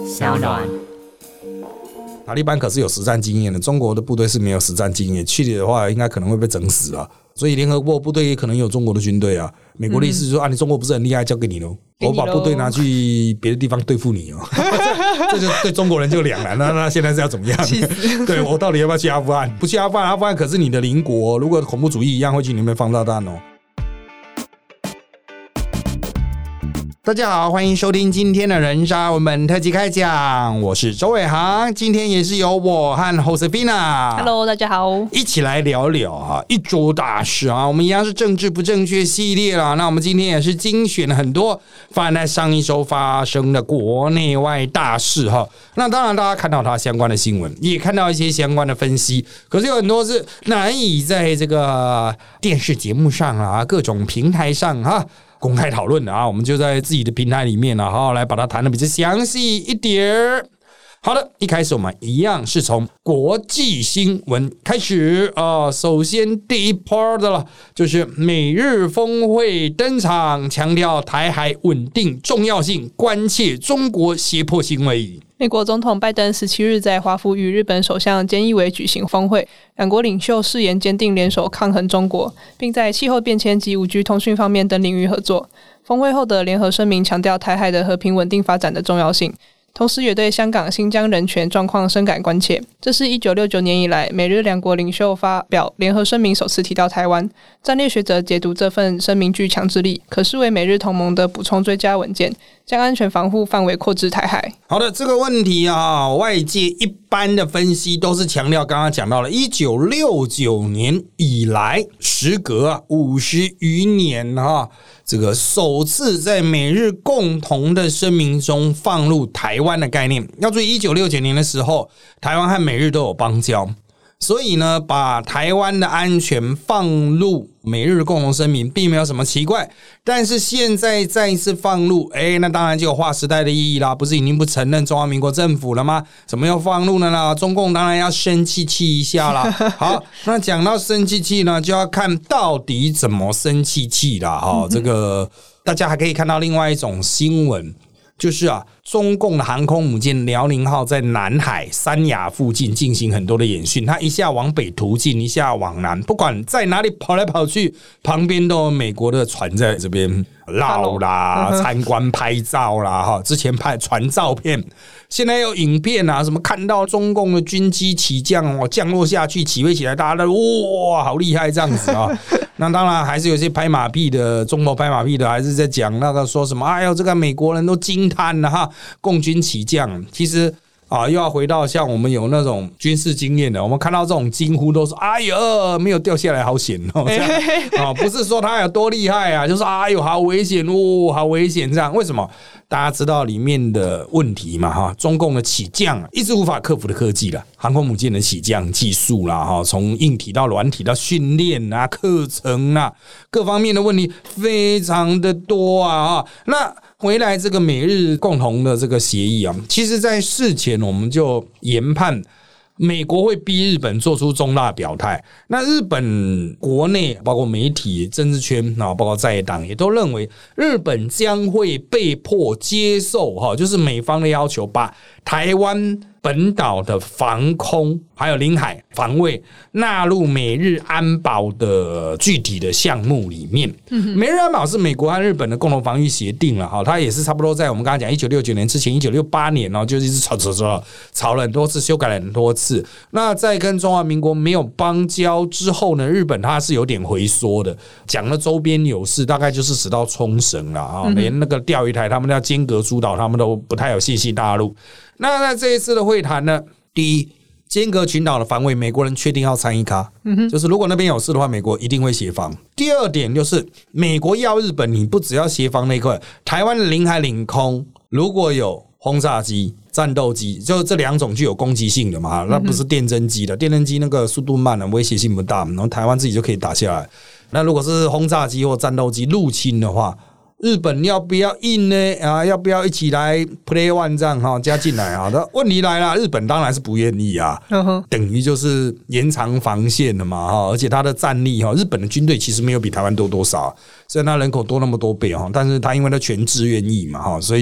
小暖。 塔利班可是有实战经验的，中国的部队是没有实战经验，去的话应该可能会被整死啊。所以联合国部队也可能有中国的军队啊。美国的意思是说你中国不是很厉害，交给你喽，我把部队拿去别的地方对付你哦。这就对中国人就两难了。那现在是要怎么样？对，我到底要不要去阿富汗？不去阿富汗，阿富汗可是你的邻国，如果恐怖主义一样会去里面放炸弹哦。大家好，欢迎收听今天的人渣文本特辑开讲，我是周伟航，今天也是由我和 Josefina。Hello， 大家好， 一起来聊聊啊，一周大事啊，我们一样是政治不正确系列啦。那我们今天也是精选了很多放在上一周发生的国内外大事哈。那当然，大家看到它相关的新闻，也看到一些相关的分析，可是有很多是难以在这个电视节目上啊，各种平台上哈。公开讨论的啊，我们就在自己的平台里面好好来把它谈的比较详细一点。好的，一开始我们一样是从国际新闻开始啊。首先第一 part 了，就是美日峰会登场，强调台海稳定重要性，关切中国胁迫行为。 美国总统拜登17日在华府与日本首相菅义伟举行峰会，两国领袖誓言坚定联手抗衡中国，并在气候变迁及 5G 通讯方面等领域合作。峰会后的联合声明强调台海的和平稳定发展的重要性，同时也对香港、新疆人权状况深感关切。这是1969年以来美日两国领袖发表联合声明首次提到台湾。战略学者解读这份声明具强制力，可视为美日同盟的补充追加文件，将安全防护范围扩至台海。 好的，这个问题啊，外界一般的分析都是强调刚刚讲到了1969年以来，时隔50余年啊，这个首次在美日共同的声明中放入台湾的概念。要注意，1969年的时候，台湾和美日都有邦交，所以呢，把台湾的安全放入美日共同声明并没有什么奇怪。但是现在再一次放入，那当然就有划时代的意义啦，不是已经不承认中华民国政府了吗？怎么又放入了呢？中共当然要生气一下啦。好，那讲到生气呢，就要看到底怎么生气啦。这个大家还可以看到另外一种新闻，就是中共的航空母舰辽宁号在南海三亚附近进行很多的演训，它一下往北途径，一下往南，不管在哪里跑来跑去，旁边都有美国的船在这边绕啦、参观拍照啦，之前拍传照片，现在有影片啊，什么看到中共的军机起降降落下去，起飞起来，大家都哇好厉害这样子啊。那当然还是有些拍马屁的，中国拍马屁的还是在讲那个说什么，哎呦这个美国人都惊叹了哈，共军起降。其实又要回到像我们有那种军事经验的，我们看到这种惊呼都是哎呦没有掉下来好险不是说他有多厉害啊，就是哎呦好危险好危险这样。为什么？大家知道里面的问题嘛中共的起降一直无法克服的科技啦，航空母舰的起降技术啦从硬体到软体到训练啊课程啊各方面的问题非常的多那回来这个美日共同的这个协议其实在事前我们就研判美国会逼日本做出重大表态。那日本国内包括媒体政治圈包括在野党也都认为日本将会被迫接受就是美方的要求，把台湾本岛的防空还有领海防卫纳入美日安保的具体的项目里面。美日安保是美国和日本的共同防御协定了它也是差不多在我们刚才讲1969年之前1968年就一直吵了很多次，修改了很多次。那在跟中华民国没有邦交之后呢，日本它是有点回缩的，讲了周边有事，大概就是直到冲绳了连那个钓鱼台他们要间隔诸岛他们都不太有信息大陆。那在这一次的会谈呢，第一，间隔群岛的防卫，美国人确定要参与咖，就是如果那边有事的话，美国一定会协防。第二点就是美国要日本，你不只要协防那块，台湾的领海领空如果有轰炸机、战斗机，就这两种具有攻击性的嘛，那不是电侦机的，电侦机那个速度慢了，威胁性不大，然后台湾自己就可以打下来。那如果是轰炸机或战斗机入侵的话，日本要不要硬呢？要不要一起来 play one 这样加进来问题来了，日本当然是不愿意等于就是延长防线了嘛而且他的战力日本的军队其实没有比台湾多多少，虽然他人口多那么多倍但是他因为他全志愿役嘛所以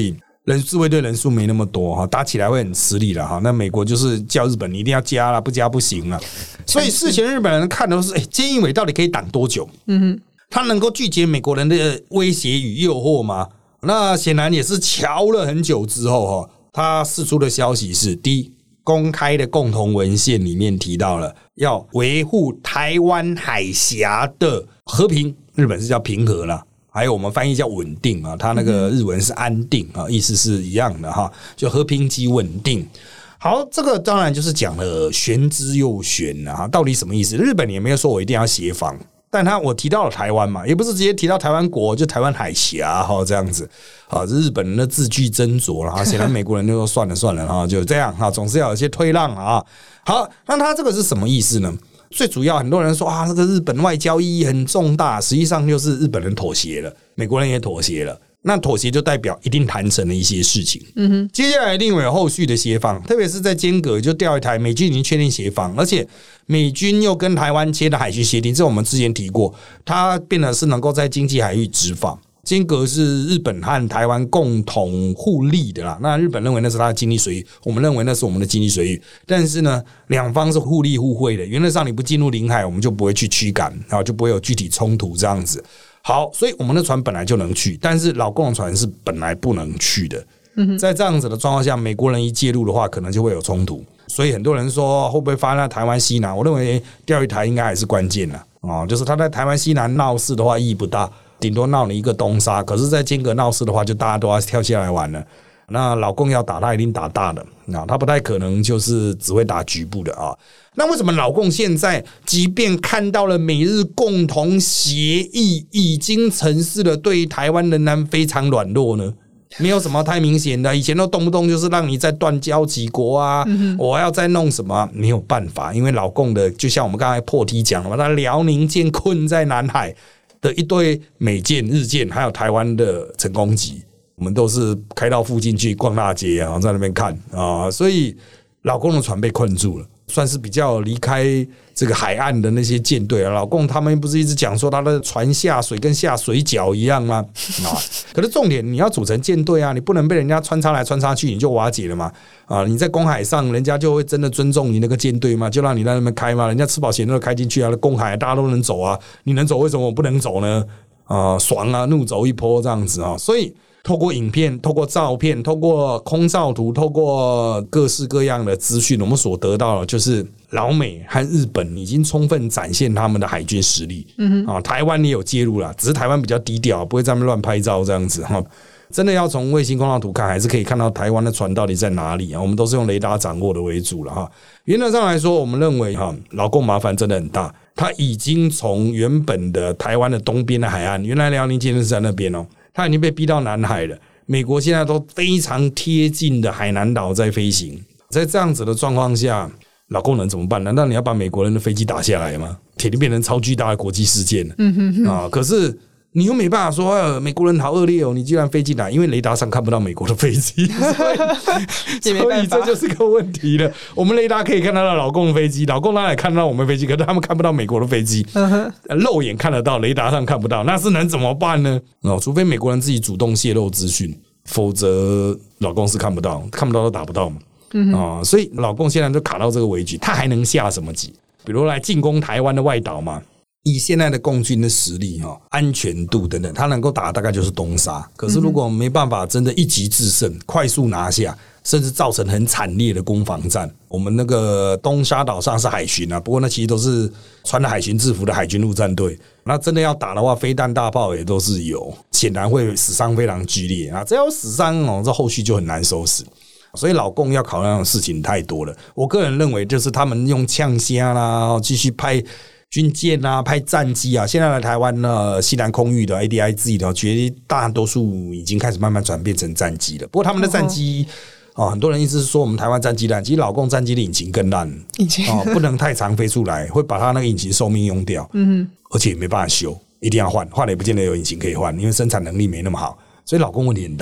自卫队人数没那么多，打起来会很吃力了。那美国就是叫日本你一定要加了，不加不行了。所以事前日本人看的是菅义伟到底可以挡多久，他能够拒绝美国人的威胁与诱惑吗？那显然也是瞧了很久之后，他释出的消息是：第一，公开的共同文献里面提到了要维护台湾海峡的和平，日本是叫平和啦，还有我们翻译叫稳定啊，它那个日文是安定啊，意思是一样的哈，就和平及稳定。好，这个当然就是讲了玄之又玄啊，到底什么意思？日本也没有说我一定要协防，但我提到了台湾嘛，也不是直接提到台湾国，就台湾海峡这样子啊，日本人的字句斟酌了，显然美国人就说算了算了就这样，总是要有些推让啊。好，那他这个是什么意思呢？最主要很多人说这个日本外交意义很重大，实际上就是日本人妥协了，美国人也妥协了。那妥协就代表一定谈成了一些事情，接下来一定会有后续的协防，特别是在间隔就调一台美军已经确定协防，而且美军又跟台湾签的海军协定，这我们之前提过，它变得是能够在经济海域执法。间隔是日本和台湾共同互利的啦，那日本认为那是他的经济水域，我们认为那是我们的经济水域，但是呢，两方是互利互惠的，原则上你不进入领海，我们就不会去驱赶，然后就不会有具体冲突这样子。好，所以我们的船本来就能去，但是老共的船是本来不能去的。在这样子的状况下，美国人一介入的话，可能就会有冲突。所以很多人说会不会发生在台湾西南？我认为钓鱼台应该还是关键的就是他在台湾西南闹事的话意义不大，顶多闹你一个东沙。可是，在间隔闹事的话，就大家都要跳下来玩了。那老共要打，他一定打大的，他不太可能就是只会打局部的啊。那为什么老共现在即便看到了美日共同协议已经成事了，对台湾仍然非常软弱呢？没有什么太明显的，以前都动不动就是让你再断交几国啊，我要再弄什么，没有办法，因为老共的就像我们刚才破题讲了嘛，他辽宁舰困在南海的一堆美舰、日舰，还有台湾的成功级，我们都是开到附近去逛大街啊，在那边看啊，所以老共的船被困住了。算是比较离开这个海岸的那些舰队啊，老共他们不是一直讲说他的船下水跟下水饺一样吗？可是重点你要组成舰队啊，你不能被人家穿插来穿插去你就瓦解了嘛。你在公海上人家就会真的尊重你那个舰队吗？就让你在那边开吗？人家吃饱闲都开进去啊，公海大家都能走啊，你能走为什么我不能走呢？爽啊，怒走一波这样子啊，所以透过影片、透过照片、透过空照图、透过各式各样的资讯，我们所得到的就是老美和日本已经充分展现他们的海军实力。台湾也有介入啦，只是台湾比较低调，不会在那边乱拍照这样子。真的要从卫星空照图看，还是可以看到台湾的船到底在哪里啊？我们都是用雷达掌握的为主了哈。原则上来说，我们认为老共麻烦真的很大，他已经从原本的台湾的东边的海岸，原来辽宁舰是在那边他已经被逼到南海了。美国现在都非常贴近的海南岛在飞行，在这样子的状况下，老共能怎么办？难道你要把美国人的飞机打下来吗？铁定变成超巨大的国际事件了。可是你又没办法说美国人好恶劣你居然飞进来，因为雷达上看不到美国的飞机，所以这就是个问题了。我们雷达可以看到老共飞机，老共当然也看到我们飞机，可是他们看不到美国的飞机，肉眼看得到，雷达上看不到，那是能怎么办呢？除非美国人自己主动泄露资讯，否则老共是看不到都打不到嘛。所以老共现在就卡到这个危局，他还能下什么棋？比如来进攻台湾的外岛嘛。以现在的共军的实力安全度等等，他能够打大概就是东沙。可是如果没办法真的一击制胜，快速拿下，甚至造成很惨烈的攻防战，我们那个东沙岛上是海巡不过那其实都是穿了海巡制服的海军陆战队。那真的要打的话，飞弹大炮也都是有，显然会死伤非常剧烈只要有死伤这后续就很难收拾。所以老共要考量的事情太多了。我个人认为，就是他们用呛虾啦，继续派军舰啊，派战机啊，现在来台湾呢，西南空域的 ADIZ 的，绝大多数已经开始慢慢转变成战机了。不过他们的战机很多人意思是说我们台湾战机烂，其实老共战机的引擎更烂，不能太长飞出来，会把它那个引擎寿命用掉，而且也没办法修，一定要换了也不见得有引擎可以换，因为生产能力没那么好，所以老共问题很大。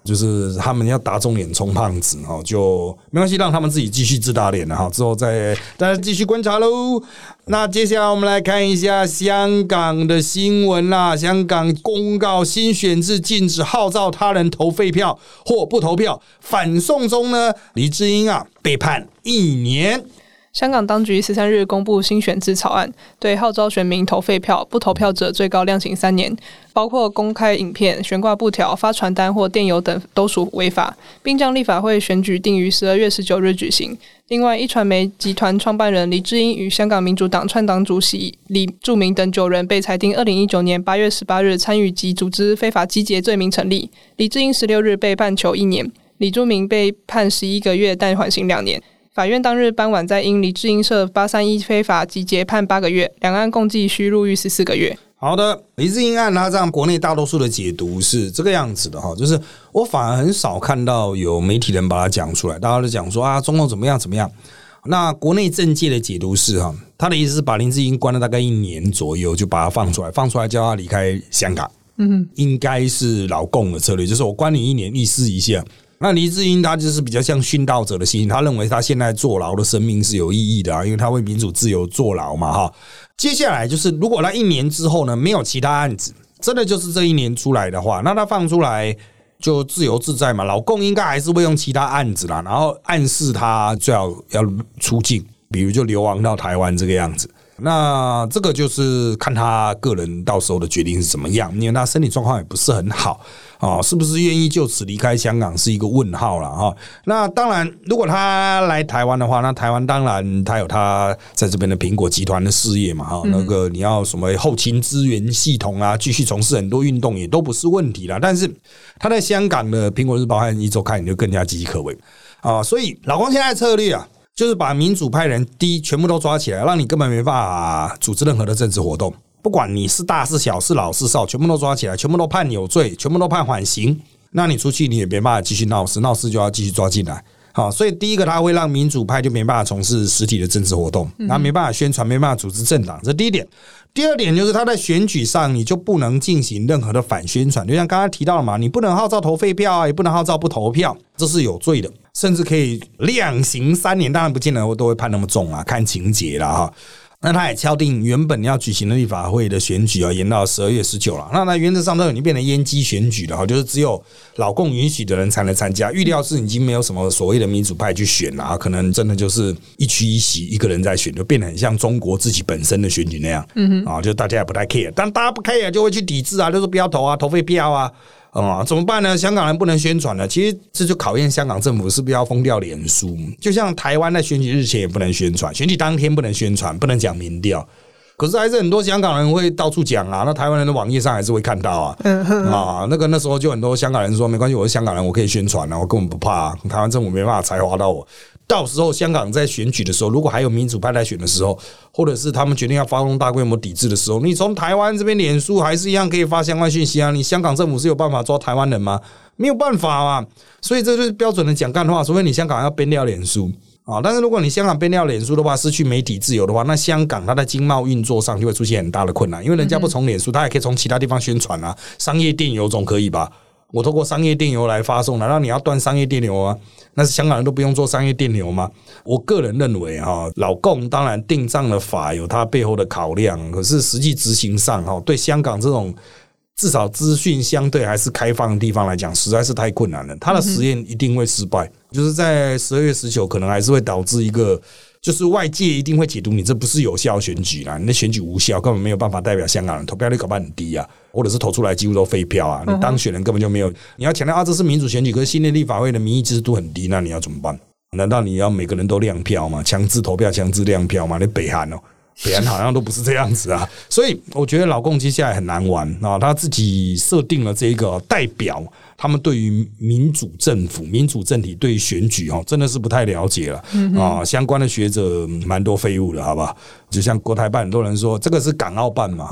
就是他们要打肿脸充胖子就没关系，让他们自己继续自打脸了之后再大家继续观察喽。那接下来我们来看一下香港的新闻啦。香港公告新选制禁止号召他人投废票或不投票。反送中呢，黎智英被判1年。 香港当局13日公布新选制草案，对号召选民投废票、不投票者最高量刑3年，包括公开影片、悬挂布条、发传单或电邮等都属违法，并将立法会选举定于12月19日举行。另外，一传媒集团创办人黎智英与香港民主党创党主席李柱铭等9人被裁定2019年8月18日参与及组织非法集结罪名成立。黎智英16日被判囚1年，李柱铭被判11个月，但缓刑2年。法院当日傍晚在因黎智英涉831非法集结判8个月，两案共计需入狱14个月。 好的，黎智英案它这样国内大多数的解读是这个样子的就是我反而很少看到有媒体人把它讲出来，大家都讲说中共怎么样怎么样。那国内政界的解读是他的意思是把林智英关了大概1年左右，就把他放出来叫他离开香港。应该是老共的策略，就是我关你1年意思一下。那黎智英他就是比较像殉道者的心，他认为他现在坐牢的生命是有意义的因为他为民主自由坐牢嘛接下来就是如果他1年之后呢没有其他案子，真的就是这1年出来的话，那他放出来就自由自在嘛。老共应该还是会用其他案子啦，然后暗示他最好要出境，比如就流亡到台湾这个样子。那这个就是看他个人到时候的决定是怎么样，因为他身体状况也不是很好是不是愿意就此离开香港是一个问号啦那当然如果他来台湾的话，那台湾当然他有他在这边的苹果集团的事业嘛那个你要什么后勤资源系统继续从事很多运动也都不是问题啦。但是他在香港的苹果日报和一周刊你就更加岌岌可危所以老公现在的策略就是把民主派人全部都抓起来，让你根本没办法组织任何的政治活动，不管你是大是小是老是少，全部都抓起来，全部都判有罪，全部都判缓刑。那你出去你也没办法继续闹事就要继续抓进来。所以第一个他会让民主派就没办法从事实体的政治活动，然后没办法宣传，没办法组织政党，这第一点。第二点就是他在选举上你就不能进行任何的反宣传，就像刚才提到了嘛，你不能号召投废票也不能号召不投票，这是有罪的，甚至可以量刑3年，当然不见得都会判那么重看情节啦那他也敲定原本要举行的立法会的选举延到12月19了。那原则上都已经变成烟机选举了就是只有老共允许的人才能参加。预料是已经没有什么所谓的民主派去选了可能真的就是一区一席一个人在选，就变得很像中国自己本身的选举那样就大家也不太 care， 但大家不 care 就会去抵制就说不要投投废票怎么办呢？香港人不能宣传了，其实这就考验香港政府是不是要封掉脸书。就像台湾在选举日前也不能宣传，选举当天不能宣传，不能讲民调，可是还是很多香港人会到处讲那台湾人的网页上还是会看到那时候就很多香港人说没关系，我是香港人，我可以宣传我根本不怕台湾政府没办法才华到我。到时候香港在选举的时候，如果还有民主派在选的时候，或者是他们决定要发动大规模抵制的时候，你从台湾这边脸书还是一样可以发相关讯息你香港政府是有办法抓台湾人吗？没有办法嘛。所以这就是标准的讲干话，除非你香港要编掉脸书但是如果你香港编掉脸书的话，失去媒体自由的话，那香港它在经贸运作上就会出现很大的困难，因为人家不从脸书，他也可以从其他地方宣传商业电邮总可以吧？我透过商业电邮来发送，难道你要断商业电邮那是香港人都不用做商业电邮吗？我个人认为老共当然定这样的法有它背后的考量，可是实际执行上对香港这种至少资讯相对还是开放的地方来讲，实在是太困难了。他的实验一定会失败，就是在12月19可能还是会导致一个，就是外界一定会解读你这不是有效选举啦，你的选举无效，根本没有办法代表香港人，投票率搞不好很低或者是投出来几乎都废票你当选人根本就没有。你要强调这是民主选举，可是新的立法会的民意支持度很低，那你要怎么办？难道你要每个人都亮票吗？强制投票、强制亮票吗？你北韩北韩好像都不是这样子所以我觉得老共接下来很难玩他自己设定了这个代表他们对于民主政府、民主政体对于选举真的是不太了解了相关的学者蛮多废物的，好不好？就像国台办很多人说这个是港澳办嘛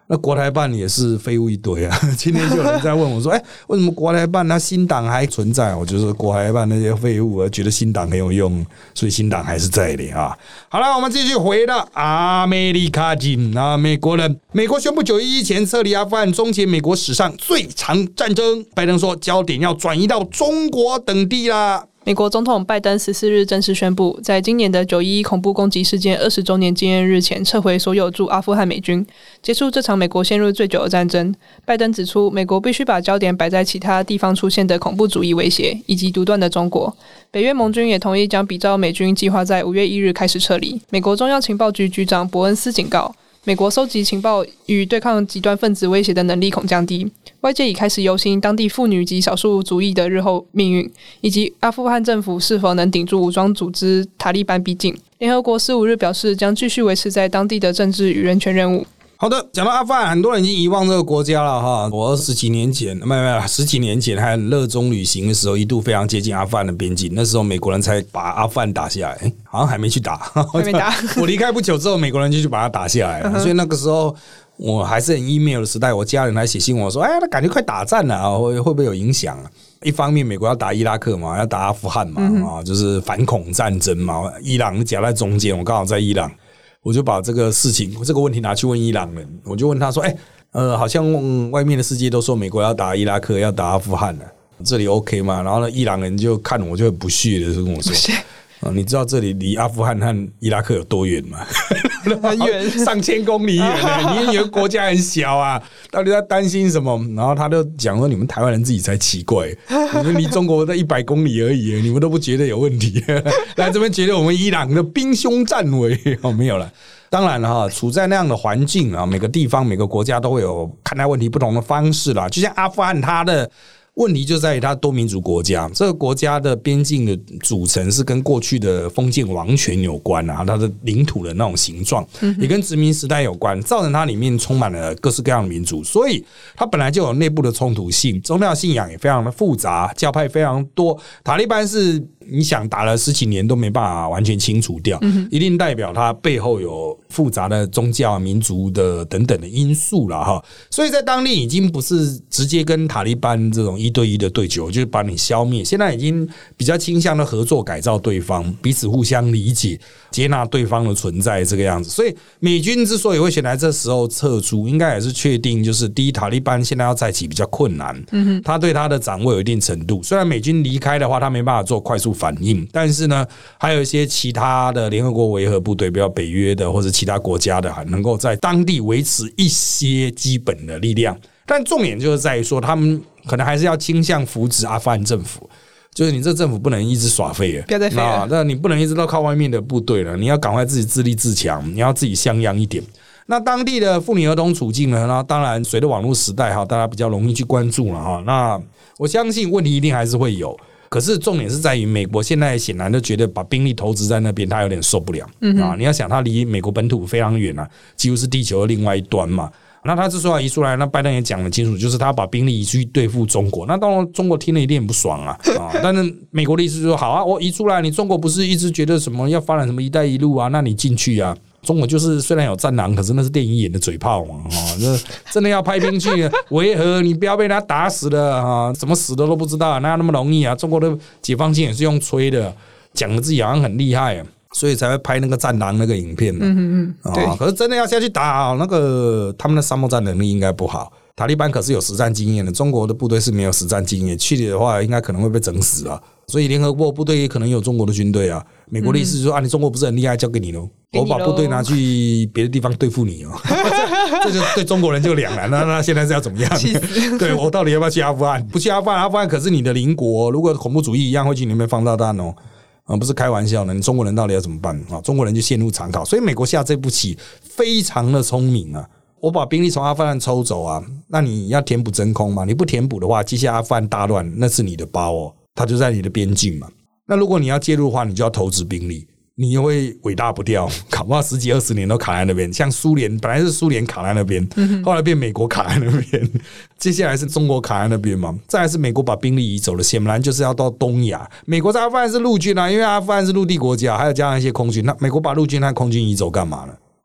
那国台办也是废物一堆啊！今天就有人在问我说：“为什么国台办那新党还存在？”我就说国台办那些废物，觉得新党很有用，所以新党还是在的啊。好了，我们继续回到美国人，美国宣布911前撤离阿富汗，终结美国史上最长战争。拜登说，焦点要转移到中国等地啦。 美国总统拜登14日正式宣布，在今年的911恐怖攻击事件20周年纪念日前撤回所有驻阿富汗美军，结束这场美国陷入最久的战争。拜登指出，美国必须把焦点摆在其他地方出现的恐怖主义威胁以及独断的中国。北约盟军也同意将比照美军计划在5月1日开始撤离。美国中央情报局局长伯恩斯警告，美国收集情报与对抗极端分子威胁的能力恐降低。外界已开始忧心当地妇女及少数族裔的日后命运，以及阿富汗政府是否能顶住武装组织塔利班逼近。联合国15日表示，将继续维持在当地的政治与人权任务。 好的，讲到阿富汗，很多人已经遗忘这个国家了哈。我10几年前还很热衷旅行的时候，一度非常接近阿富汗的边境。那时候美国人才把阿富汗打下来，好像还没去打， 还没打。 我离开不久之后，美国人就去把它打下来了。所以那个时候我还是很 email 的时代，我家人来写信我说：“那感觉快打战了，会不会有影响啊？”一方面，美国要打伊拉克嘛，要打阿富汗嘛，就是反恐战争嘛。伊朗夹在中间，我刚好在伊朗。我就把这个问题拿去问伊朗人，我就问他说：“好像外面的世界都说美国要打伊拉克，要打阿富汗了，这里 OK 吗？”然后呢，伊朗人就看我就很不屑的跟我说：“你知道这里离阿富汗和伊拉克有多远吗？ 很远， 上千公里远呢。你以为国家很小啊？到底在担心什么？”然后他就讲说：“你们台湾人自己才奇怪，你们离中国在100公里而已，你们都不觉得有问题，来这边觉得我们伊朗的兵凶战危没有了。”当然了处在那样的环境啊，每个地方每个国家都会有看待问题不同的方式啦。就像阿富汗，它的问题就在于它多民族国家，这个国家的边境的组成是跟过去的封建王权有关啊，它的领土的那种形状也跟殖民时代有关，造成它里面充满了各式各样的民族，所以它本来就有内部的冲突性，宗教信仰也非常的复杂，教派非常多。塔利班是你想打了10几年都没办法完全清除掉，一定代表它背后有复杂的宗教、民族的等等的因素啦哈。所以在当地已经不是直接跟塔利班这种1对1的对决，就是把你消灭。现在已经比较倾向的合作改造对方，彼此互相理解，接纳对方的存在这个样子。所以美军之所以会选在这时候撤出，应该也是确定就是第一，塔利班现在要再起比较困难，他对他的掌握有一定程度。虽然美军离开的话，他没办法做快速反应，但是呢，还有一些其他的联合国维和部队，比如北约的或者其他国家的，能够在当地维持一些基本的力量。但重点就是在于说，他们可能还是要倾向扶植阿富汗政府，就是你这政府不能一直耍废了， 不要再废了， 那你不能一直都靠外面的部队了，你要赶快自己自立自强，你要自己像样一点。那当地的妇女儿童处境呢？那当然随着网络时代大家比较容易去关注了那我相信问题一定还是会有。可是重点是在于美国现在显然就觉得把兵力投资在那边，他有点受不了你要想，他离美国本土非常远几乎是地球的另外一端嘛。那他之所以要移出来，那拜登也讲得清楚，就是他把兵力移去对付中国。那当然中国听了一定很不爽但是美国的意思就是说，好啊，我移出来，你中国不是一直觉得什么要发展什么一带一路那你进去啊。中国就是虽然有战狼，可是那是电影演的嘴炮嘛真的要派兵去维和，你不要被他打死了怎么死的都不知道，哪有那么容易啊？中国的解放军也是用吹的，讲的自己好像很厉害所以才会拍那个战狼那个影片对。 可是真的要下去打那个，他们的沙漠战能力应该不好。塔利班可是有实战经验的，中国的部队是没有实战经验，去的话应该可能会被整死啊。所以联合国部队也可能有中国的军队美国的意思是说你中国不是很厉害，交给你咯，我把部队拿去别的地方对付你这就对中国人就两难了。那现在是要怎么样？对，我到底要不要去阿富汗？不去阿富汗，阿富汗可是你的邻国，如果恐怖主义一样会去你那边放炸弹不是开玩笑的，你中国人到底要怎么办中国人就陷入常考。所以美国下这步棋非常的聪明我把兵力从阿富汗抽走那你要填补真空嘛？你不填补的话，接下来阿富汗大乱，那是你的包它就在你的边境嘛。那如果你要介入的话，你就要投资兵力，你又会尾大不掉，搞不好10几20年都卡在那边。像苏联本来是苏联卡在那边，后来变美国卡在那边，接下来是中国卡在那边嘛。再来是美国把兵力移走了，显然就是要到东亚。美国在阿富汗是陆军因为阿富汗是陆地国家，还有加上一些空军。那美国把陆军和空军移走干嘛呢？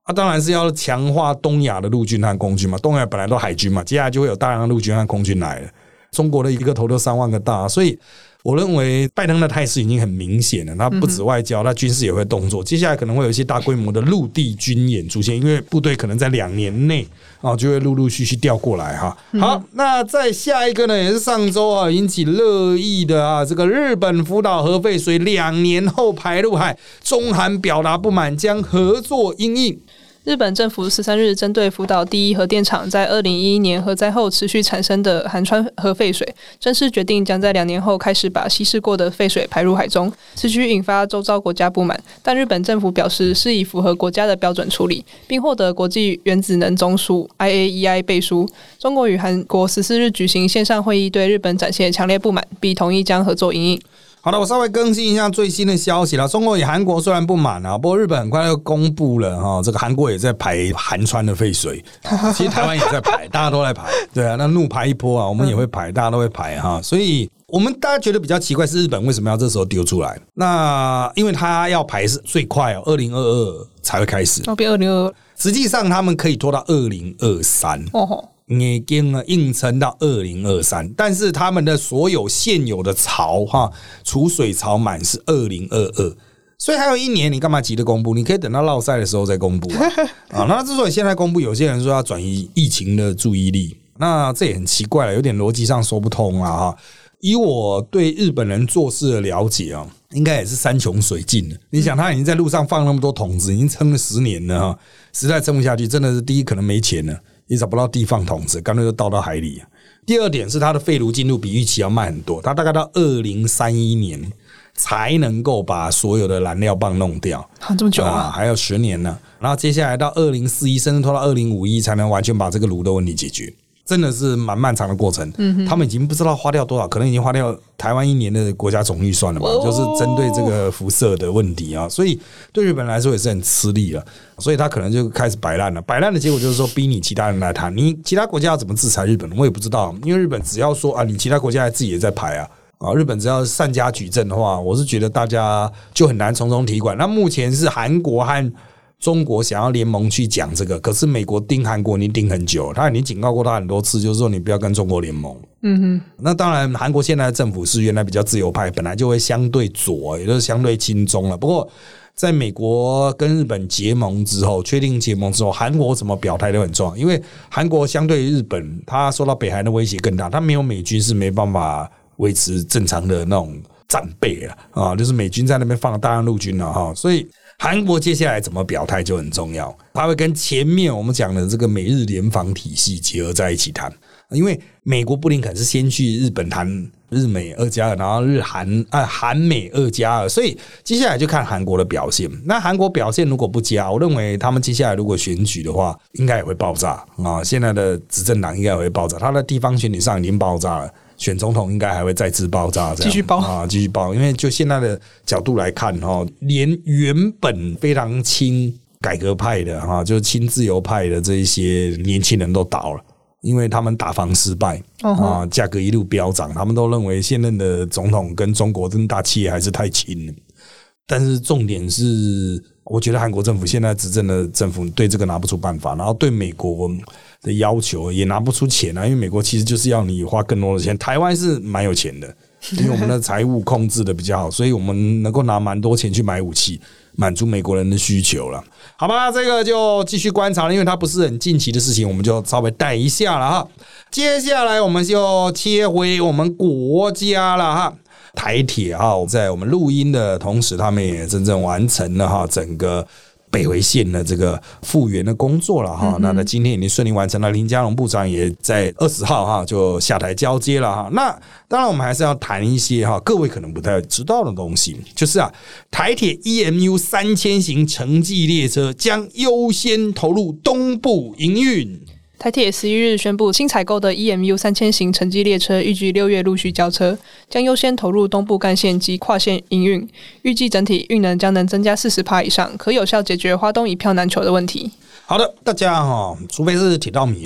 当然是要强化东亚的陆军和空军嘛，东亚本来都海军嘛，接下来就会有大量的陆军和空军来了。中国的一个头都3万个大，所以我认为拜登的态势已经很明显了，他不止外交，他军事也会动作。接下来可能会有一些大规模的陆地军演出现，因为部队可能在2年内就会陆陆续续调过来哈。好，那再下一个呢，也是上周引起热议的这个日本福岛核废水2年后排入海，中韩表达不满，将合作因应。 日本政府13日针对福岛第一核电厂在2011年核灾后持续产生的含氚核废水，正式决定将在2年后开始把稀释过的废水排入海中，此举引发周遭国家不满，但日本政府表示是以符合国家的标准处理，并获得国际原子能总署 IAEA 背书。中国与韩国14日举行线上会议，对日本展现强烈不满，并同意将合作因应。 好的，我稍微更新一下最新的消息了。中国与韩国虽然不满不过日本很快就公布了这个韩国也在排含氚的废水，其实台湾也在排，大家都在排，对啊，那怒排一波我们也会排，大家都会排所以我们大家觉得比较奇怪是日本为什么要这时候丢出来？那因为他要排是最快2022才会开始， 变2022， 实际上他们可以拖到2023。已经硬撑到2023，但是他们的所有现有的槽储水槽满是2022，所以还有1年，你干嘛急着公布？你可以等到落赛的时候再公布那之所以现在公布，有些人说要转移疫情的注意力，那这也很奇怪了，有点逻辑上说不通以我对日本人做事的了解应该也是山穷水尽了。你想他已经在路上放那么多桶子，已经撑了10年了实在撑不下去，真的是第一可能没钱了，也找不到地放桶子，干脆就倒到海里。第二点是它的废炉进度比预期要慢很多，它大概到2031年才能够把所有的燃料棒弄掉， 这么久还有10年呢。然后接下来到2041，甚至拖到2051才能完全把这个炉的问题解决。真的是蛮漫长的过程，他们已经不知道花掉多少，可能已经花掉台湾1年的国家总预算了吧，就是针对这个辐射的问题所以对日本来说也是很吃力了，所以他可能就开始摆烂了。摆烂的结果就是说逼你其他人来谈，你其他国家要怎么制裁日本，我也不知道，因为日本只要说你其他国家自己也在排日本只要善加举证的话，我是觉得大家就很难从中提管。那目前是韩国和中国想要联盟去讲这个，可是美国盯韩国已经盯很久了，他已经警告过他很多次，就是说你不要跟中国联盟。那当然韩国现在的政府是原来比较自由派，本来就会相对左，也就是相对亲中了。不过在美国跟日本结盟之后，确定结盟之后，韩国怎么表态都很重要，因为韩国相对于日本，它受到北韩的威胁更大，它没有美军是没办法维持正常的那种战备就是美军在那边放了大量陆军了所以韩国接下来怎么表态就很重要，它会跟前面我们讲的这个美日联防体系结合在一起谈，因为美国布林肯是先去日本谈日美2+2，然后韩美2+2，所以接下来就看韩国的表现。那韩国表现如果不佳，我认为他们接下来如果选举的话，应该也会爆炸现在的执政党应该也会爆炸，他的地方选举上已经爆炸了。选总统应该还会再次爆炸，这样继续爆，因为就现在的角度来看连原本非常亲改革派的就是亲自由派的这一些年轻人都倒了，因为他们打防失败价格一路飙涨，他们都认为现任的总统跟中国跟大企业还是太亲了。但是重点是，我觉得韩国政府现在执政的政府对这个拿不出办法，然后对美国的要求也拿不出钱因为美国其实就是要你花更多的钱。台湾是蛮有钱的，因为我们的财务控制的比较好，所以我们能够拿蛮多钱去买武器，满足美国人的需求了。好吧，这个就继续观察了，因为它不是很近期的事情，我们就稍微带一下了接下来我们就切回我们国家了台铁在我们录音的同时，他们也真正完成了整个北回线的这个复原的工作了那今天已经顺利完成了，林佳龙部长也在20号就下台交接了那当然我们还是要谈一些各位可能不太知道的东西，就是台铁 EMU 3000型城际列车将优先投入东部营运。 台铁11日宣布，新采购的 EMU 3000型城际列车预计6月陆续交车，将优先投入东部干线及跨线营运，预计整体运能将能增加 40% 以上，可有效解决花东一票难求的问题。 好的，大家除非是铁道迷啦，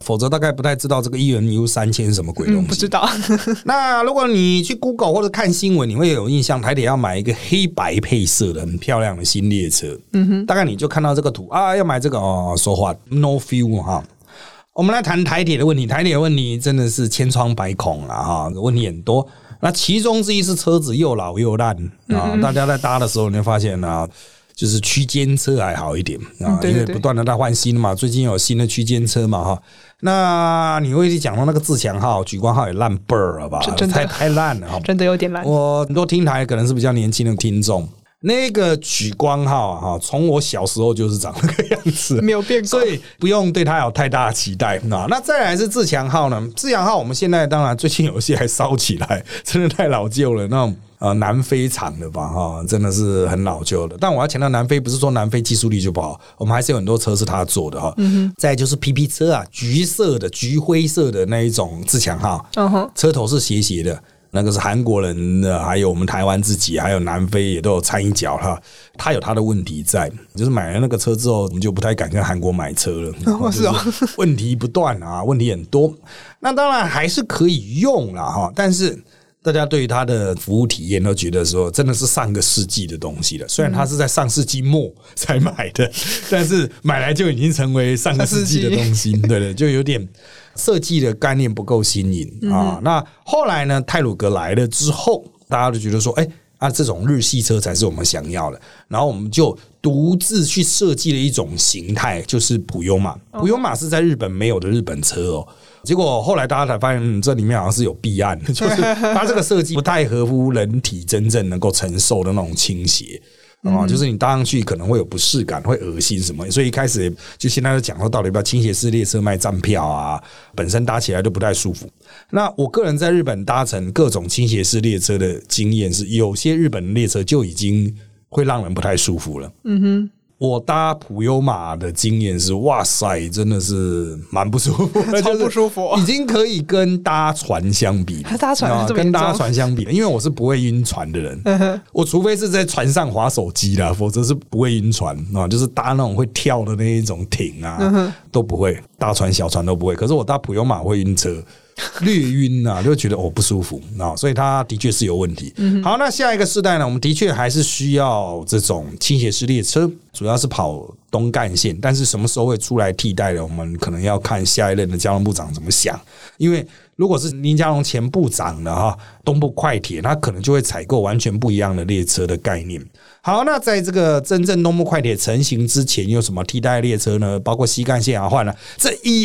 否则大概不太知道这个EMU3000是什么鬼东西。 不知道。 那如果你去 Google 或者看新闻，你会有印象，台铁要买一个黑白配色的很漂亮的新列车。大概你就看到这个图啊，要买这个说话 no feel 哈。我们来谈台铁的问题，台铁的问题真的是千疮百孔啦哈，问题很多。那其中之一是车子又老又烂啊，大家在搭的时候你会发现啊，就是区间车还好一点啊，因为不断的在换新嘛，最近有新的区间车嘛哈。那你会讲到那个自强号、莒光号也烂倍儿了吧？太烂了， 真的有点烂。 我很多听台可能是比较年轻的听众。那个莒光号啊，从我小时候就是长那个样子， 没有变过， 所以不用对它有太大的期待。那再来是自强号呢？自强号我们现在当然最近有些还烧起来，真的太老旧了，那种南非厂的吧，哈，真的是很老旧的。但我要强调，南非不是说南非技术力就不好，我们还是有很多车是他做的哈。再来就是 PP 车啊，橘色的、橘灰色的那一种自强号，车头是斜斜的。那个是韩国人的，还有我们台湾自己，还有南非也都有掺一脚哈。他有他的问题在，就是买了那个车之后，我们就不太敢跟韩国买车了。 是哦， 问题不断啊，问题很多。那当然还是可以用啦哈，但是大家对于它的服务体验都觉得说，真的是上个世纪的东西了。虽然它是在上世纪末才买的，但是买来就已经成为上个世纪的东西，对对，就有点。设计的概念不够新颖啊！那后来呢？太鲁阁来了之后，大家都觉得说，这种日系车才是我们想要的。然后我们就独自去设计了一种形态，就是普悠玛。普悠玛是在日本没有的日本车哦。结果后来大家才发现，这里面好像是有弊案，就是它这个设计不太合乎人体真正能够承受的那种倾斜。就是你搭上去可能会有不适感，会恶心什么，所以一开始就现在就讲说，到底要不要倾斜式列车卖站票啊？本身搭起来就不太舒服。那我个人在日本搭乘各种倾斜式列车的经验是，有些日本列车就已经会让人不太舒服了。我搭普悠玛的经验是，哇塞，真的是蛮不舒服， 超不舒服， 已经可以跟搭船相比了。 搭船跟搭船相比了，因为我是不会晕船的人，我除非是在船上滑手机啦，否则是不会晕船啊。就是搭那种会跳的那一种艇啊，都不会，大船小船都不会。可是我搭普悠玛会晕车。略晕啊，就觉得不舒服啊，所以它的确是有问题。好，那下一个世代呢，我们的确还是需要这种倾斜式列车，主要是跑东干线，但是什么时候会出来替代的，我们可能要看下一任的交通部长怎么想。因为如果是林佳龙前部长的哈，东部快铁，他可能就会采购完全不一样的列车的概念。好，那在这个真正东部快铁成型之前，有什么替代列车呢？包括西干线啊，换了这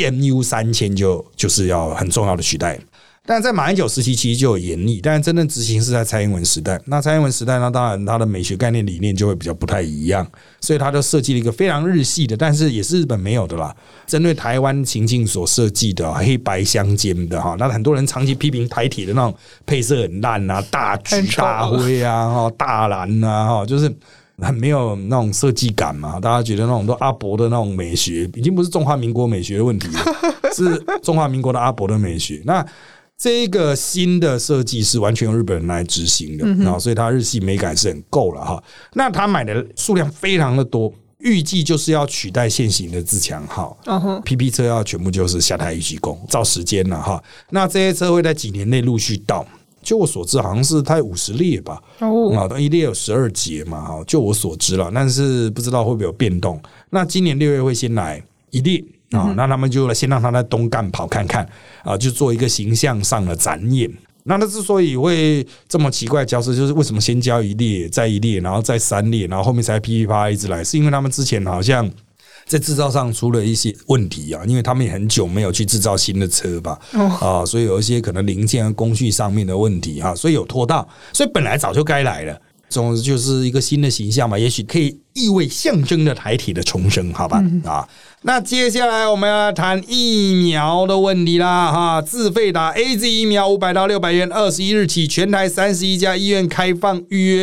EMU3000就是要很重要的取代。但在马英九时期其实就有研议，但真正执行是在蔡英文时代。那蔡英文时代呢，当然它的美学概念理念就会比较不太一样，所以他就设计了一个非常日系的，但是也是日本没有的啦，针对台湾情境所设计的黑白相间的哈。那很多人长期批评台铁的那种配色很烂啊，大橘大灰啊，大蓝啊，就是很没有那种设计感嘛。大家觉得那种都阿伯的那种美学，已经不是中华民国美学的问题了，是中华民国的阿伯的美学。那这个新的设计是完全由日本人来执行的，所以它日系美感是很够了哈。那他买的数量非常的多，预计就是要取代现行的自强号，PP 车要全部就是下台预计工，照时间了哈。那这些车会在几年内陆续到。就我所知，好像是它50列吧，一列有12节嘛，就我所知了，但是不知道会不会有变动。那今年6月会先来1列。那他们就先让他在东干跑看看就做一个形象上的展演。那他之所以会这么奇怪的交涉，就是为什么先交1列，再1列，然后再3列，然后后面才噼噼啪一直来，是因为他们之前好像在制造上出了一些问题啊，因为他们也很久没有去制造新的车吧，所以有一些可能零件和工序上面的问题所以有拖到，所以本来早就该来了。总之就是一个新的形象嘛，也许可以意味象征的台铁的重生，好吧？那接下来我们要谈疫苗的问题啦，哈！自费打 AZ 疫苗500到600元，21日起全台31家医院开放预约。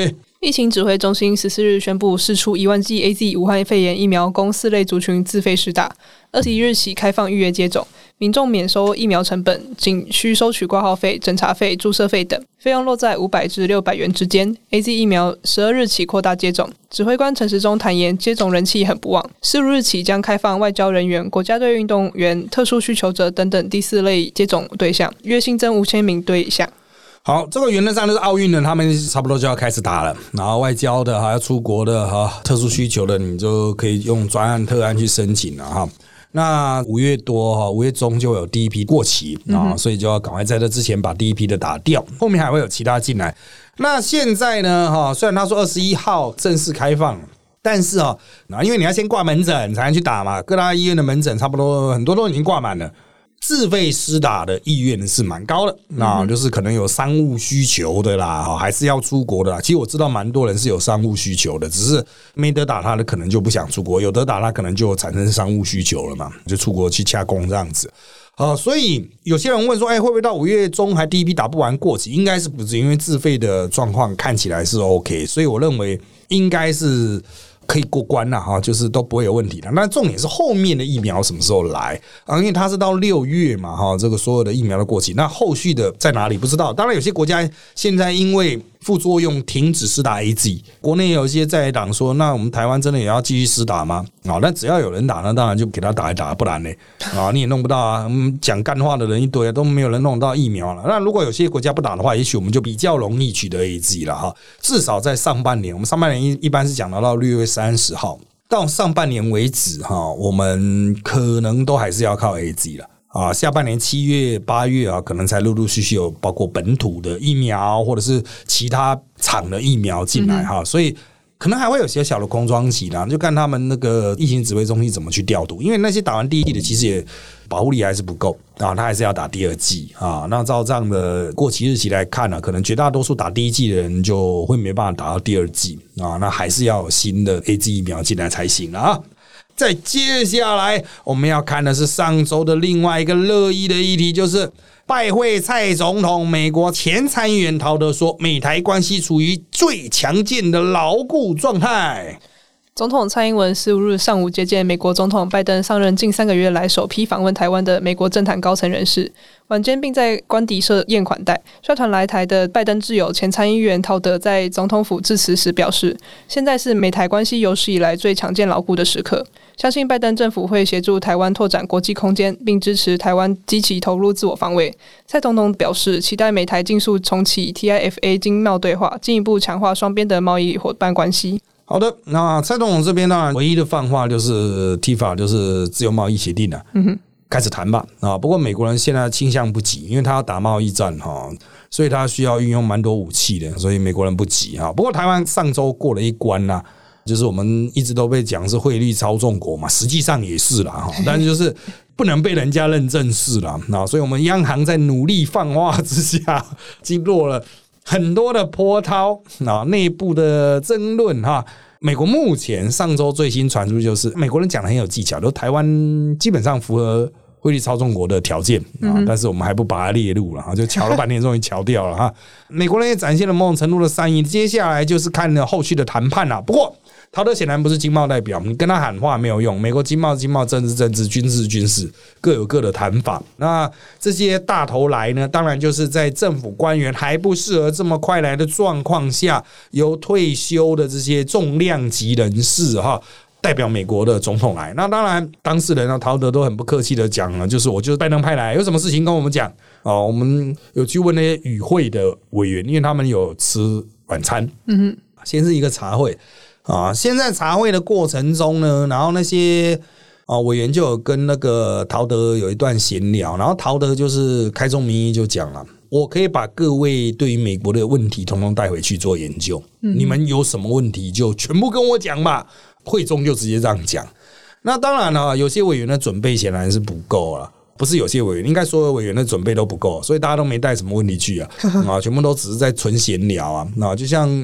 疫情指挥中心14日宣布释出1万剂 AZ 武汉肺炎疫苗供4类族群自费施打，21日起开放预约接种，民众免收疫苗成本，仅需收取挂号费、诊查费、注射费等，费用落在500至600元之间。AZ 疫苗12日起扩大接种，指挥官陈时中坦言，接种人气很不旺，15日起将开放外交人员、国家队运动员、特殊需求者等等第4类接种对象，约新增5000名对象。 好，这个原则上就是奥运的，他们差不多就要开始打了。然后外交的要出国的特殊需求的，你就可以用专案特案去申请了哈。那5月多5月中就有第一批过期所以就要赶快在这之前把第一批的打掉，后面还会有其他进来。那现在呢虽然他说21号正式开放，但是因为你要先挂门诊才能去打嘛，各大医院的门诊差不多很多都已经挂满了。自费施打的意愿是蛮高的，那就是可能有商务需求的啦，还是要出国的啦。其实我知道蛮多人是有商务需求的，只是没得打他的可能就不想出国，有得打他可能就产生商务需求了嘛，就出国去洽公这样子。所以有些人问说，会不会到5月中还第一批打不完过期？应该是不是，因为自费的状况看起来是 OK， 所以我认为应该是可以过关了就是都不会有问题的。那重点是后面的疫苗什么时候来因为它是到6月嘛这个所有的疫苗的过期，那后续的在哪里不知道。当然有些国家现在因为副作用停止施打 AZ， 国内有一些在党说，那我们台湾真的也要继续施打吗？那只要有人打，那当然就给他打一打，不然呢你也弄不到啊。讲干话的人一堆都没有人弄到疫苗了。那如果有些国家不打的话，也许我们就比较容易取得 AZ 了至少在上半年，我们上半年一般是讲到6月30号到上半年为止我们可能都还是要靠 AZ 了。下半年7月8月可能才陆陆续续有包括本土的疫苗或者是其他厂的疫苗进来所以可能还会有些小的空窗期啦，就看他们那个疫情指挥中心怎么去调度。因为那些打完第一剂的其实也保护力还是不够他还是要打第二剂那照这样的过期日期来看可能绝大多数打第一剂的人就会没办法打到第二剂那还是要有新的 AZ 疫苗进来才行了再接下来我们要看的是上周的另外一个热议的议题，就是拜会蔡总统。美国前参议员陶德说，美台关系处于最强健的牢固状态。 总统蔡英文15日上午接见美国总统拜登上任近3个月来首批访问台湾的美国政坛高层人士，晚间并在官邸设宴款待。率团来台的拜登挚友前参议员陶德在总统府致辞时表示，现在是美台关系有史以来最强健牢固的时刻，相信拜登政府会协助台湾拓展国际空间，并支持台湾积极投入自我防卫。蔡总统表示，期待美台尽速重启 TIFA 经贸对话，进一步强化双边的贸易伙伴关系。 好的，那蔡总统这边当然唯一的放话就是 TIFA 就是自由贸易协定了开始谈吧不过美国人现在倾向不急，因为他要打贸易战所以他需要运用蛮多武器的，所以美国人不急不过台湾上周过了一关啦就是我们一直都被讲是汇率操纵国嘛，实际上也是啦但是就是不能被人家认证是啦所以我们央行在努力放话之下，经过了很多的波涛内部的争论美国目前上周最新传出就是美国人讲的很有技巧，都台湾基本上符合汇率操纵国的条件但是我们还不把它列入了就瞧了半天终于瞧掉了美国人也展现了某种程度的善意，接下来就是看后续的谈判不过陶德显然不是经贸代表，你跟他喊话没有用。美国经贸、政治、军事各有各的谈法。那这些大头来呢，当然就是在政府官员还不适合这么快来的状况下，由退休的这些重量级人士代表美国的总统来。那当然当事人陶德都很不客气的讲了，就是我就是拜登派来，有什么事情跟我们讲我们有去问那些与会的委员，因为他们有吃晚餐先是一个茶会现在茶会的过程中呢，然后那些委员就有跟那个陶德有一段闲聊，然后陶德就是开宗明义就讲了，我可以把各位对于美国的问题统统带回去做研究你们有什么问题就全部跟我讲吧。会中就直接这样讲。那当然有些委员的准备显然是不够了，不是有些委员，应该所有委员的准备都不够，所以大家都没带什么问题去全部都只是在纯闲聊那就像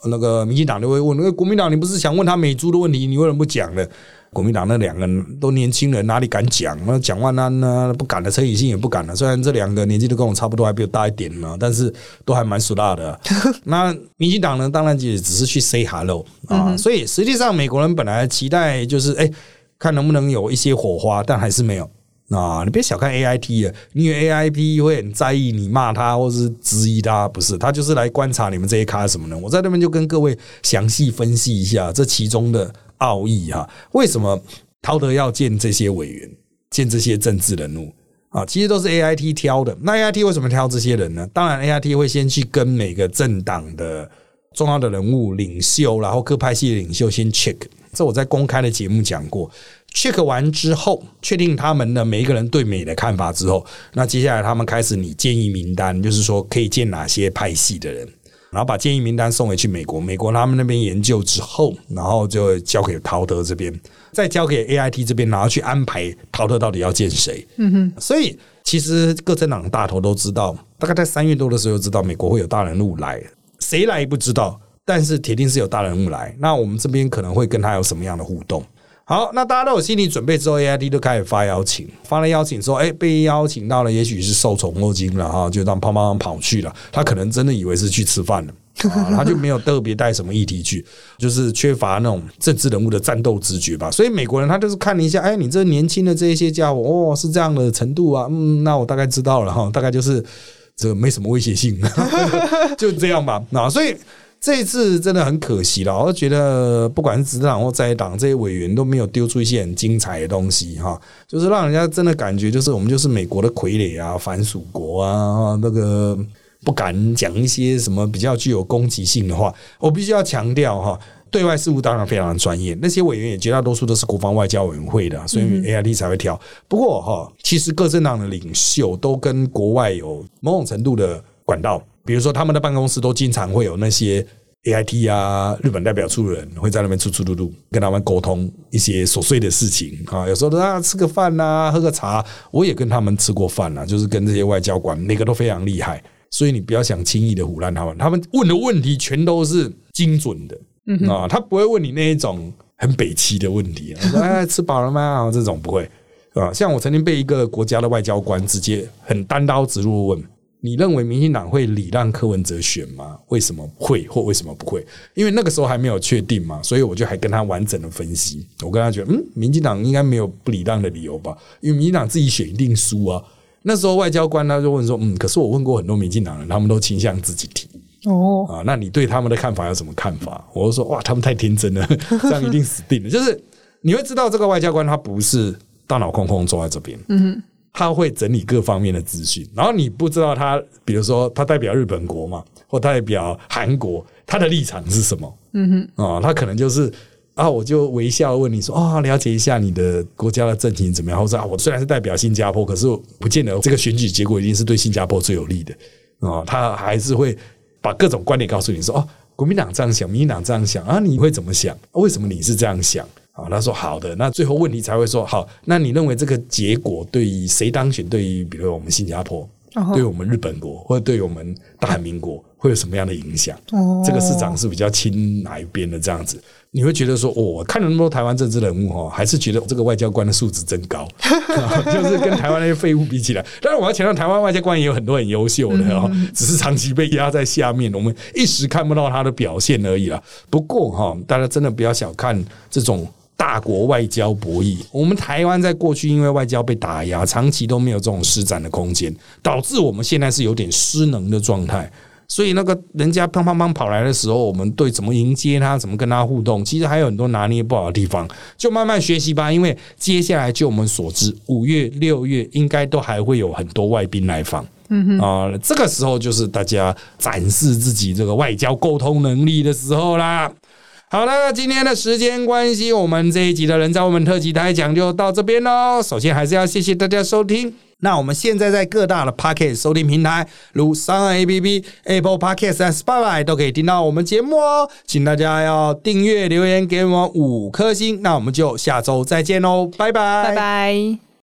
那个民进党就会问，国民党你不是想问他美猪的问题，你为什么不讲呢？国民党那两个人都年轻人，哪里敢讲？那蒋万安呢不敢了，陈以信也不敢了。虽然这两个年纪都跟我差不多，还比我大一点呢，但是都还蛮熟辣的。那民进党呢，当然也只是去 say hello 啊。所以实际上美国人本来期待就是看能不能有一些火花，但还是没有。你别小看 AIT 啊，你以为 AIT 会很在意你骂他或是质疑他？不是，他就是来观察你们这些咖什么呢？我在那边就跟各位详细分析一下这其中的奥义哈。为什么陶德要见这些委员，见这些政治人物啊？其实都是 AIT 挑的。那 AIT 为什么挑这些人呢？当然 AIT 会先去跟每个政党的重要的人物、领袖，然后各派系的领袖先 check。这我在公开的节目讲过。check 完之后，确定他们的每一个人对美的看法之后，那接下来他们开始拟建议名单，就是说可以见哪些派系的人，然后把建议名单送回去美国，美国他们那边研究之后，然后就交给陶德这边，再交给 AIT 这边，然后去安排陶德到底要见谁。所以其实各政党的大头都知道，大概在3月多的时候就知道美国会有大人物来，谁来不知道，但是铁定是有大人物来。那我们这边可能会跟他有什么样的互动？好，那大家都有心理准备之后 ，AIT 就开始发邀请，发了邀请说，被邀请到了，也许是受宠若惊了哈，就让胖胖跑去了。他可能真的以为是去吃饭了，他就没有特别带什么议题去，就是缺乏那种政治人物的战斗直觉吧。所以美国人他就是看了一下，你这年轻的这些家伙，是这样的程度啊，那我大概知道了哈，大概就是这个没什么威胁性，就这样吧。所以。这一次真的很可惜了，我觉得不管是执政党或在野党这些委员都没有丢出一些很精彩的东西哈，就是让人家真的感觉就是我们就是美国的傀儡啊、反属国啊，那个不敢讲一些什么比较具有攻击性的话。我必须要强调哈，对外事务当然非常的专业，那些委员也绝大多数都是国防外交委员会的，所以 AIT 才会挑。不过哈，其实各政党的领袖都跟国外有某种程度的管道。比如说他们的办公室都经常会有那些 AIT 啊日本代表处的人会在那边出入跟他们沟通一些琐碎的事情啊，有时候吃个饭啊喝个茶，我也跟他们吃过饭啊，就是跟这些外交官每个都非常厉害，所以你不要想轻易的唬烂他们，他们问的问题全都是精准的他不会问你那一种很北七的问题说吃饱了吗这种不会像我曾经被一个国家的外交官直接很单刀直入问，你认为民进党会礼让柯文哲选吗？为什么会或为什么不会？因为那个时候还没有确定嘛，所以我就还跟他完整的分析。我跟他觉得，民进党应该没有不礼让的理由吧，因为民进党自己选一定输啊。那时候外交官他就问说，可是我问过很多民进党人，他们都倾向自己提。那你对他们的看法有什么看法？我就说，哇，他们太天真了，这样一定死定了。就是你会知道这个外交官他不是大脑空空坐在这边。他会整理各方面的资讯，然后你不知道他，比如说他代表日本国嘛，或代表韩国，他的立场是什么？他可能就是我就微笑问你说了解一下你的国家的政情怎么样，或者我虽然是代表新加坡，可是我不见得这个选举结果一定是对新加坡最有利的他还是会把各种观点告诉你说国民党这样想，民进党这样想你会怎么想？为什么你是这样想？他说好的，那最后问题才会说好，那你认为这个结果对于谁当选，对于比如我们新加坡，对于我们日本国，或者对于我们大韩民国会有什么样的影响？这个市长是比较亲哪一边的这样子，你会觉得说我看了那么多台湾政治人物还是觉得这个外交官的素质真高就是跟台湾那些废物比起来，当然我要强调台湾外交官也有很多很优秀的只是长期被压在下面，我们一时看不到他的表现而已啦。不过大家真的不要小看这种大国外交博弈，我们台湾在过去因为外交被打压，长期都没有这种施展的空间，导致我们现在是有点失能的状态。所以那个人家砰砰砰跑来的时候，我们对怎么迎接他，怎么跟他互动，其实还有很多拿捏不好的地方，就慢慢学习吧。因为接下来就我们所知，5月、6月应该都还会有很多外宾来访。这个时候就是大家展示自己这个外交沟通能力的时候啦。好了，今天的时间关系，我们这一集的人造我们特辑台讲就到这边咯。首先还是要谢谢大家收听。那我们现在在各大的 Podcast 收听平台，如SoundAPP、Apple Podcast 和 Spotify 都可以听到我们节目哦。请大家要订阅、留言给我们5颗星。那我们就下周再见喽，拜拜， 拜拜。